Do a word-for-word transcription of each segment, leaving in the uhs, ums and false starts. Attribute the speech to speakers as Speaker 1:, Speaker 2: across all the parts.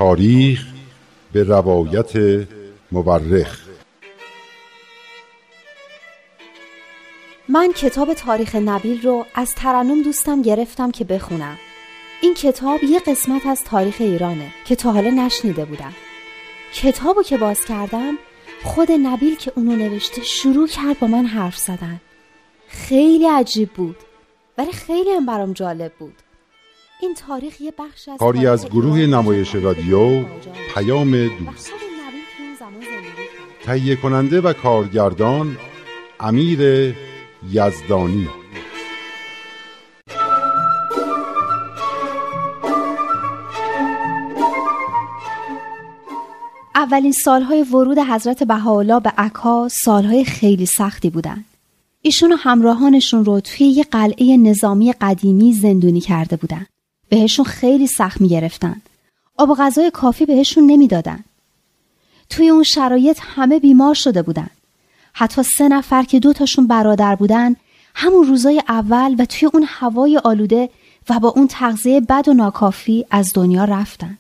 Speaker 1: تاریخ به روایت مورخ.
Speaker 2: من کتاب تاریخ نبیل رو از ترنم دوستم گرفتم که بخونم. این کتاب یه قسمت از تاریخ ایرانه که تا حالا نشنیده بودم. کتابو که باز کردم، خود نبیل که اونو نوشته شروع کرد با من حرف زدن. خیلی عجیب بود، ولی خیلی هم برام جالب بود. این تاریخ یه بخش از
Speaker 1: کاری از گروه نمایش رادیو پیام دوست، تهیه کننده و کارگردان امیر یزدانی.
Speaker 2: اولین سالهای ورود حضرت بهاءالله به عکا سالهای خیلی سختی بودن. ایشون و همراهانشون رو توی یه قلعه نظامی قدیمی زندونی کرده بودن. بهشون خیلی سخت می‌گرفتن. آب و غذای کافی بهشون نمیدادن. توی اون شرایط همه بیمار شده بودن. حتی سه نفر که دو تاشون برادر بودن، همون روزای اول و توی اون هوای آلوده و با اون تغذیه بد و ناکافی از دنیا رفتن.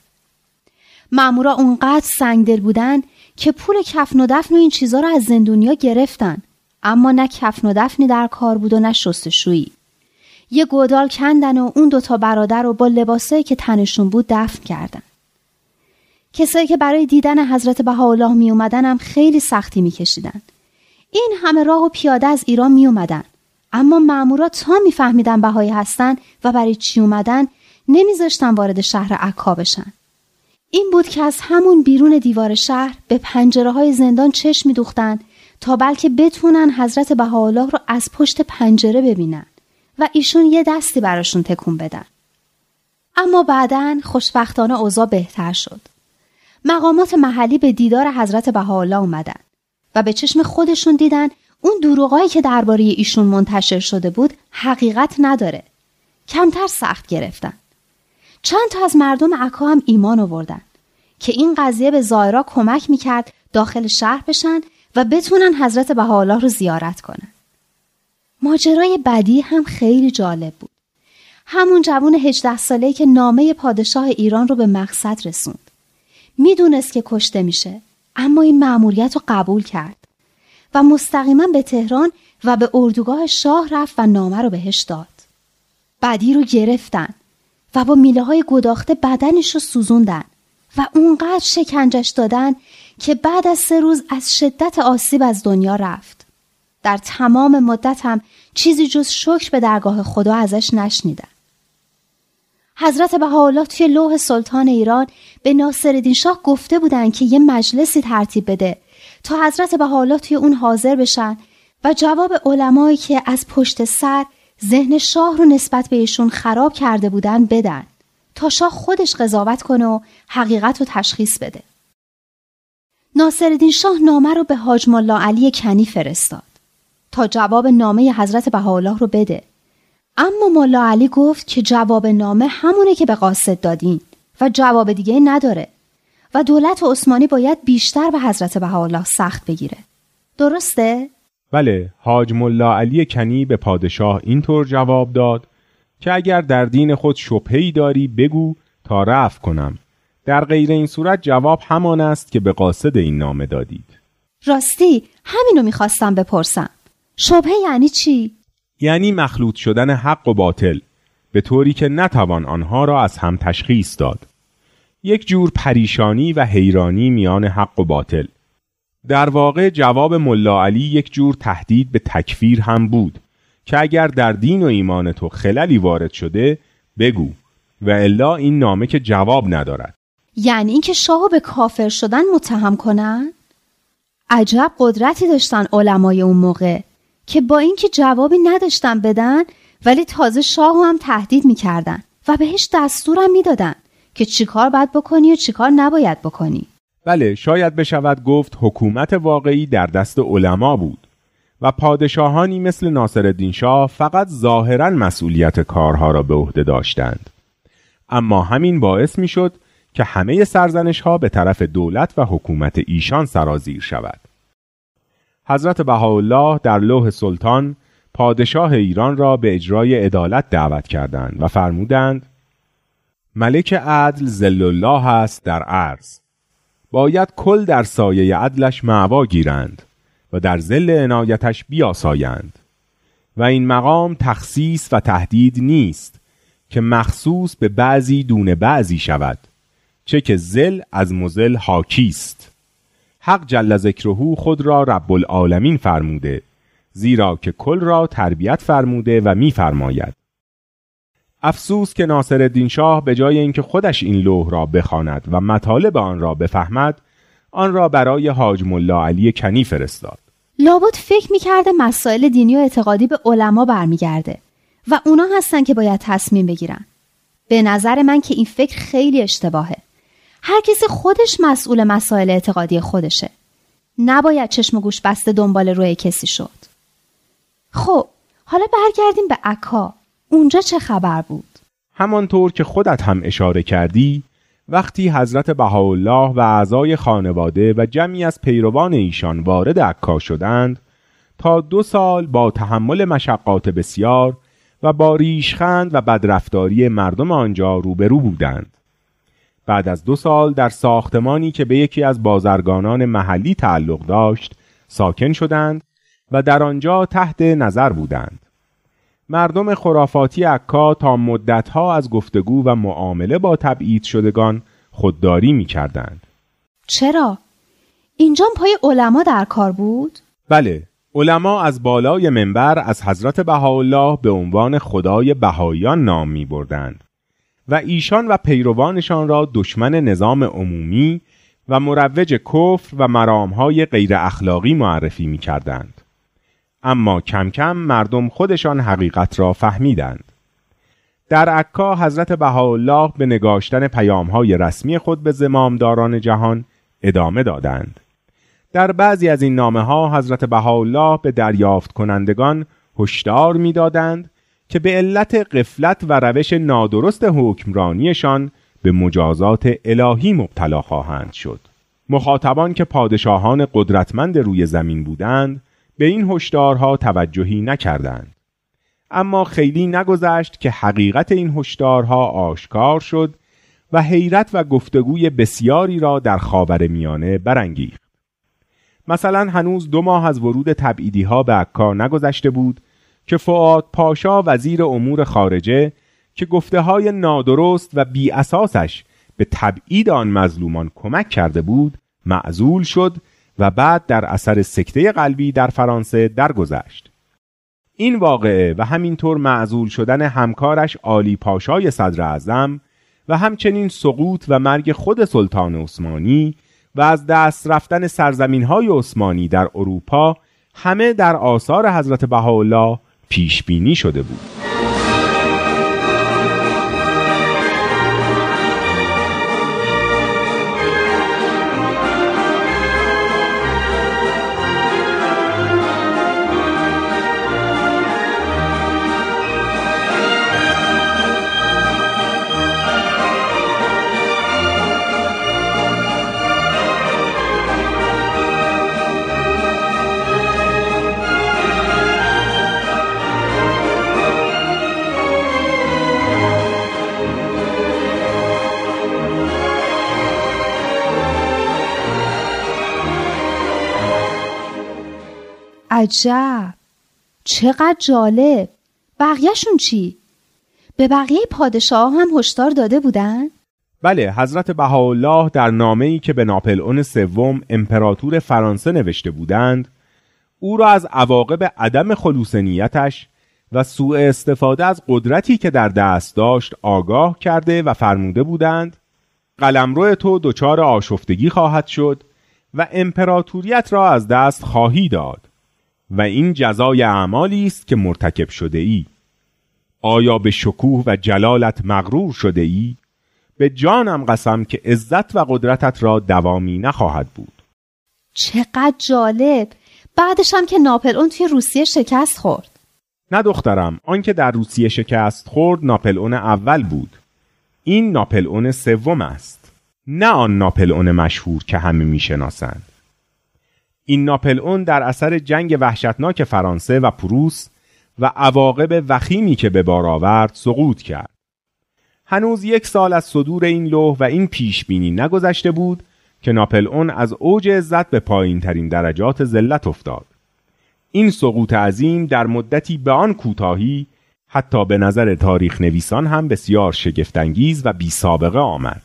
Speaker 2: مامورا اونقدر سنگدل بودن که پول کفن و دفن و این چیزا رو از زندونیا گرفتن، اما نه کفن و دفنی در کار بود و نه شستشویی. یه گودال کندن و اون دوتا برادر رو با لباسایی که تنشون بود دفن کردن. کسایی که برای دیدن حضرت بهاءالله می اومدن هم خیلی سختی می کشیدن. این همه راه و پیاده از ایران می اومدن، اما مامورا تا می فهمیدن بهایی هستن و برای چی اومدن نمیذاشتن وارد شهر عکا بشن. این بود که از همون بیرون دیوار شهر به پنجره های زندان چشم می دوختن تا بلکه بتونن حضرت بهاءالله رو از پشت پنجره ببینن و ایشون یه دستی براشون تکون بدن. اما بعداً خوشبختانه اوضاع بهتر شد. مقامات محلی به دیدار حضرت بهاءالله اومدن و به چشم خودشون دیدن اون دروغایی که درباره ایشون منتشر شده بود حقیقت نداره. کمتر سخت گرفتن. چند تا از مردم عکا هم ایمان آوردن که این قضیه به زائرا کمک میکرد داخل شهر بشن و بتونن حضرت بهاءالله رو زیارت کنن. ماجرای بعدی هم خیلی جالب بود. همون جوان هجده ساله‌ای که نامه پادشاه ایران رو به مقصد رسوند. میدونست که کشته میشه، اما این مأموریت رو قبول کرد و مستقیما به تهران و به اردوگاه شاه رفت و نامه رو بهش داد. بعدی رو گرفتن و با میله های گداخته بدنش رو سوزوندن و اونقدر شکنجش دادن که بعد از سه روز از شدت آسیب از دنیا رفت. در تمام مدت هم چیزی جز شکر به درگاه خدا ازش نشنیدن. حضرت بهاءالله توی لوح سلطان ایران به ناصرالدین شاه گفته بودن که یه مجلسی ترتیب بده تا حضرت بهاءالله توی اون حاضر بشن و جواب علمایی که از پشت سر ذهن شاه رو نسبت به ایشون خراب کرده بودن بدن تا شاه خودش قضاوت کنه و حقیقت رو تشخیص بده. ناصرالدین شاه نامه رو به حاج ملا علی کنی فرستاد تا جواب نامه حضرت بهاءالله رو بده. اما ملا علی گفت که جواب نامه همونه که به قاصد دادین و جواب دیگه نداره و دولت عثمانی باید بیشتر به حضرت بهاءالله سخت بگیره. درسته؟
Speaker 3: بله، حاج ملا علی کنی به پادشاه اینطور جواب داد که اگر در دین خود شبهه‌ای داری بگو تا رفع کنم. در غیر این صورت جواب همان است که به قاصد این نامه دادید.
Speaker 2: راستی همینو میخواستم بپرسم. شبهه یعنی چی؟
Speaker 3: یعنی مخلوط شدن حق و باطل به طوری که نتوان آنها را از هم تشخیص داد. یک جور پریشانی و حیرانی میان حق و باطل. در واقع جواب ملا علی یک جور تهدید به تکفیر هم بود که اگر در دین و ایمان تو خللی وارد شده بگو و الا این نامه که جواب ندارد.
Speaker 2: یعنی اینکه شاهو به کافر شدن متهم کنن؟ عجب قدرتی داشتن علمای اون موقع که با اینکه جوابی نداشتن بدن ولی تازه شاهو هم تهدید میکردن و بهش دستورم میدادن که چیکار باید بکنی و چیکار نباید بکنی.
Speaker 3: بله، شاید بشود گفت حکومت واقعی در دست علما بود و پادشاهانی مثل ناصرالدین شاه فقط ظاهراً مسئولیت کارها را به عهده داشتند، اما همین باعث میشد که همه سرزنش‌ها به طرف دولت و حکومت ایشان سرازیر شود. حضرت بهاءالله در لوح سلطان پادشاه ایران را به اجرای عدالت دعوت کردند و فرمودند ملک عدل ذل الله است در عرض. باید کل در سایه عدلش معوا گیرند و در ظل عنایتش بیاسایند. و این مقام تخصیص و تهدید نیست که مخصوص به بعضی دون بعضی شود، چه که ذل از مذل حاکیست. حق جل ذکره خود را رب العالمین فرموده، زیرا که کل را تربیت فرموده و می فرماید. افسوس که ناصرالدین شاه به جای اینکه خودش این لوح را بخواند و مطالب آن را بفهمد، آن را برای حاج ملا علی کنی فرستاد.
Speaker 2: لابد فکر می‌کرده مسائل دینی و اعتقادی به علما برمیگرده و اونا هستن که باید تصمیم بگیرن. به نظر من که این فکر خیلی اشتباهه. هر کسی خودش مسئول مسائل اعتقادی خودشه. نباید چشم و گوش بسته دنبال روی کسی شد. خب حالا برگردیم به عکا. اونجا چه خبر بود؟
Speaker 3: همانطور که خودت هم اشاره کردی، وقتی حضرت بهاءالله و اعضای خانواده و جمعی از پیروان ایشان وارد عکا شدند، تا دو سال با تحمل مشقات بسیار و با ریشخند و بدرفتاری مردم آنجا روبرو بودند. بعد از دو سال در ساختمانی که به یکی از بازرگانان محلی تعلق داشت ساکن شدند و در آنجا تحت نظر بودند. مردم خرافاتی عکا تا مدتها از گفتگو و معامله با تبعید شدگان خودداری می کردند.
Speaker 2: چرا؟ اینجا پای علما در کار بود؟
Speaker 3: بله، علما از بالای منبر از حضرت بهاءالله به عنوان خدای بهاییان نام می بردند و ایشان و پیروانشان را دشمن نظام عمومی و مروج کفر و مرامهای غیر اخلاقی معرفی می کردند. اما کم کم مردم خودشان حقیقت را فهمیدند. در عکا حضرت بهاءالله به نگاشتن پیام‌های رسمی خود به زمامداران جهان ادامه دادند. در بعضی از این نامه‌ها حضرت بهاءالله به دریافت کنندگان هشدار می‌دادند که به علت غفلت و روش نادرست حکمرانیشان به مجازات الهی مبتلا خواهند شد. مخاطبان که پادشاهان قدرتمند روی زمین بودند به این هشدارها توجهی نکردند. اما خیلی نگذشت که حقیقت این هشدارها آشکار شد و حیرت و گفتگوی بسیاری را در خاورمیانه برانگیخت. مثلا هنوز دو ماه از ورود تبعیدی‌ها به عکا نگذشته بود که فؤاد پاشا وزیر امور خارجه که گفته‌های نادرست و بی اساسش به تبعید آن مظلومان کمک کرده بود معزول شد و بعد در اثر سکته قلبی در فرانسه درگذشت. این واقعه و همینطور معزول شدن همکارش عالی پاشای صدر اعظم و همچنین سقوط و مرگ خود سلطان عثمانی و از دست رفتن سرزمین‌های عثمانی در اروپا همه در آثار حضرت بهاءالله پیش بینی شده بود.
Speaker 2: عجب، چقدر جالب. بقیه‌شون چی؟ به بقیه پادشاه هم هشدار داده بودن؟
Speaker 3: بله، حضرت بهاءالله در نامه‌ای که به ناپلئون سوم امپراتور فرانسه نوشته بودند او را از عواقب عدم خلوص نیتش و سوء استفاده از قدرتی که در دست داشت آگاه کرده و فرموده بودند قلمرو تو دچار آشفتگی خواهد شد و امپراتوریت را از دست خواهی داد و این جزای اعمالی است که مرتکب شده ای. آیا به شکوه و جلالت مغرور شده ای؟ به جانم قسم که عزت و قدرتت را دوامی نخواهد بود.
Speaker 2: چقدر جالب. بعدش هم که ناپلئون توی روسیه شکست خورد.
Speaker 3: نه دخترم، آن که در روسیه شکست خورد ناپلئون اول بود. این ناپلئون سوم است، نه آن ناپلئون مشهور که همه میشناسند. این ناپلئون در اثر جنگ وحشتناک فرانسه و پروس و عواقب وخیمی که به بار آورد سقوط کرد. هنوز یک سال از صدور این لوح و این پیش بینی نگذشته بود که ناپلئون از اوج عزت به پایین ترین درجات ذلت افتاد. این سقوط عظیم در مدتی به آن کوتاهی حتی به نظر تاریخ نویسان هم بسیار شگفت‌انگیز و بی سابقه آمد.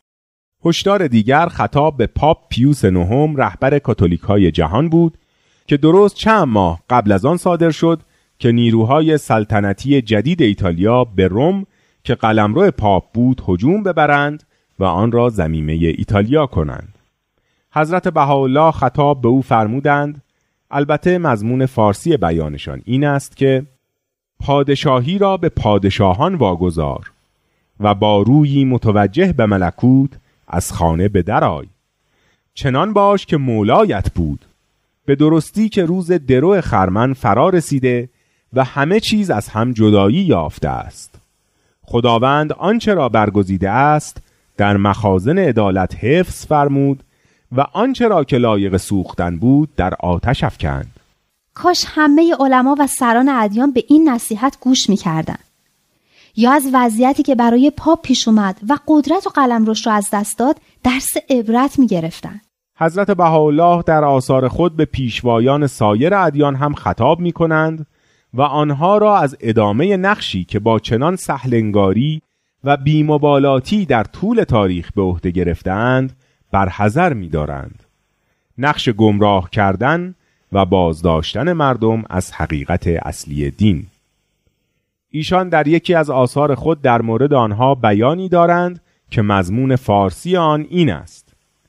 Speaker 3: هشدار دیگر خطاب به پاپ پیوس نهم رهبر کاتولیک‌های جهان بود که درست چند ماه قبل از آن صادر شد که نیروهای سلطنتی جدید ایتالیا به روم که قلمرو پاپ بود هجوم ببرند و آن را ضمیمه ایتالیا کنند. حضرت بهاءالله خطاب به او فرمودند، البته مضمون فارسی بیانشان این است که پادشاهی را به پادشاهان واگذار و با رویی متوجه به ملکوت از خانه به در آی. چنان باش که مولایت بود، به درستی که روز درو خرمن فرا رسیده و همه چیز از هم جدایی یافته است. خداوند آنچه را برگزیده است در مخازن عدالت حفظ فرمود و آنچه را که لایق سوختن بود در آتش افکند.
Speaker 2: کاش همه علما و سران ادیان به این نصیحت گوش می‌کردند. یا از وضعیتی که برای پاپ پیش اومد و قدرت و قلمروش را از دست داد درس عبرت می‌گرفتند.
Speaker 3: حضرت بهاءالله در آثار خود به پیشوایان سایر ادیان هم خطاب می‌کنند و آنها را از ادامه نقشی که با چنان سهل‌انگاری و بی‌مبالاتی در طول تاریخ به عهده گرفتند برحذر می‌دارند. نقش گمراه کردن و بازداشتن مردم از حقیقت اصلی دین. ایشان در یکی از آثار خود در مورد آنها بیانی دارند که مضمون فارسی آن این است: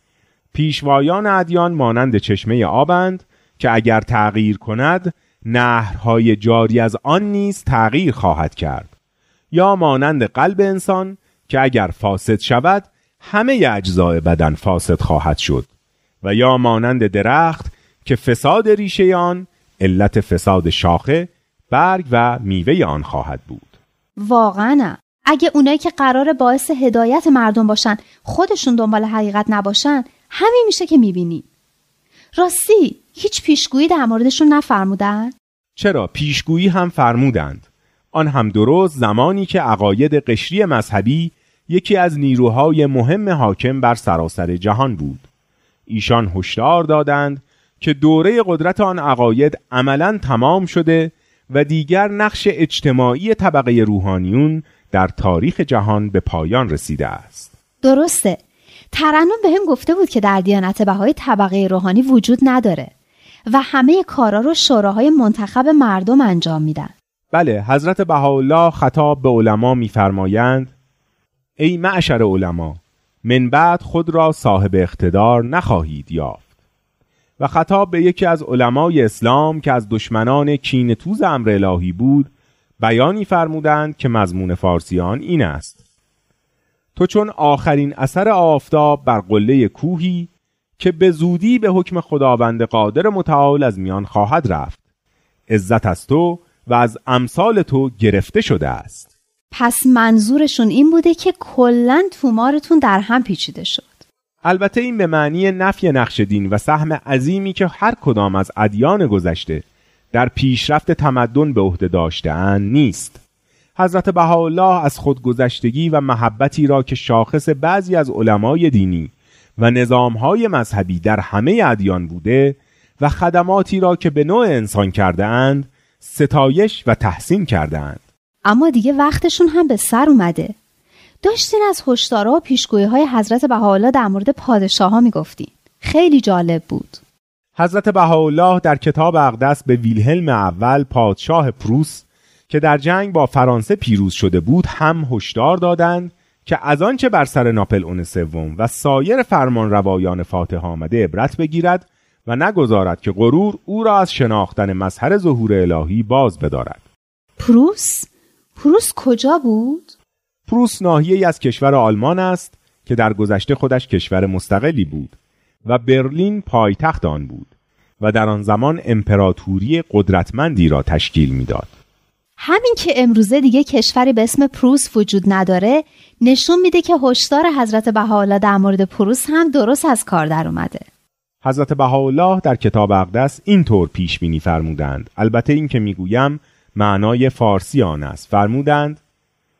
Speaker 3: پیشوایان ادیان مانند چشمه آبند که اگر تغییر کند نهرهای جاری از آن نیز تغییر خواهد کرد، یا مانند قلب انسان که اگر فاسد شود همه اجزای بدن فاسد خواهد شد، و یا مانند درخت که فساد ریشه آن علت فساد شاخه، برگ و میوه آن خواهد بود.
Speaker 2: واقعا اگه اونایی که قرار باعث هدایت مردم باشن خودشون دنبال حقیقت نباشن، همین میشه که میبینیم. راستی هیچ پیشگویی در موردشون نفرمودن؟
Speaker 3: چرا، پیشگویی هم فرمودند. آن هم درست زمانی که عقاید قشری مذهبی یکی از نیروهای مهم حاکم بر سراسر جهان بود. ایشان هشدار دادند که دوره قدرت آن عقاید عملاً تمام شده و دیگر نقش اجتماعی طبقه روحانیون در تاریخ جهان به پایان رسیده است.
Speaker 2: درسته. ترنم بهم گفته بود که در دیانت بهایی طبقه روحانی وجود نداره و همه کارا رو شوراهای منتخب مردم انجام میدن.
Speaker 3: بله، حضرت بهاءالله خطاب به علما میفرمایند: ای معشر علما، من بعد خود را صاحب اقتدار نخواهید یافت. و خطاب به یکی از علمای اسلام که از دشمنان کینه‌توز امر الهی بود بیانی فرمودند که مضمون فارسی آن این است: تو چون آخرین اثر آفتاب بر قله کوهی که به زودی به حکم خداوند قادر متعال از میان خواهد رفت. عزت از تو و از امثال تو گرفته شده است.
Speaker 2: پس منظورشون این بوده که کلاً تومارتون در هم پیچیده شد.
Speaker 3: البته این به معنی نفی نقش دین و سهم عظیمی که هر کدام از ادیان گذشته در پیشرفت تمدن به عهده داشته‌اند نیست. حضرت بهاءالله از خودگذشتگی و محبتی را که شاخص بعضی از علمای دینی و نظامهای مذهبی در همه ادیان بوده و خدماتی را که به نوع انسان کرده اند ستایش و تحسین کرده اند.
Speaker 2: اما دیگه وقتشون هم به سر اومده. داشتین از هشدارها و پیشگویی‌های حضرت بهاءالله در مورد پادشاه‌ها میگفتین. خیلی جالب بود.
Speaker 3: حضرت بهاءالله در کتاب اقدس به ویلهلم اول پادشاه پروس که در جنگ با فرانسه پیروز شده بود هم هشدار دادند که از آنچه بر سر ناپلئون سوم و سایر فرمان روایان فاتح آمده عبرت بگیرد و نگذارد که غرور او را از شناختن مظهر ظهور الهی باز بدارد.
Speaker 2: پروس؟ پروس کجا بود؟
Speaker 3: پروس ناحیه‌ای از کشور آلمان است که در گذشته خودش کشور مستقلی بود و برلین پایتخت آن بود و در آن زمان امپراتوری قدرتمندی را تشکیل میداد.
Speaker 2: همین که امروزه دیگه کشوری به اسم پروس وجود نداره نشون میده که هشدار حضرت بهاءالله در مورد پروس هم درست از کار در اومده.
Speaker 3: حضرت بهاءالله در کتاب اقدس اینطور پیش بینی فرمودند. البته این که میگویم معنای فارسی آن است. فرمودند: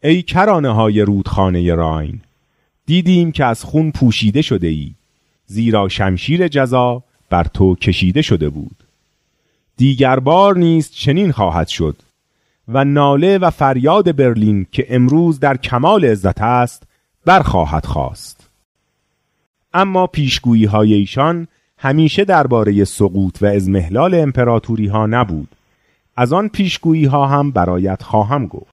Speaker 3: ای کرانه های رودخانه راین، دیدیم که از خون پوشیده شده ای، زیرا شمشیر جزا بر تو کشیده شده بود. دیگر بار نیست چنین خواهد شد و ناله و فریاد برلین که امروز در کمال عزت است برخواهد خاست. اما پیشگویی های ایشان همیشه درباره سقوط و اضمحلال امپراتوری ها نبود. از آن پیشگویی ها هم برایت خواهم گفت.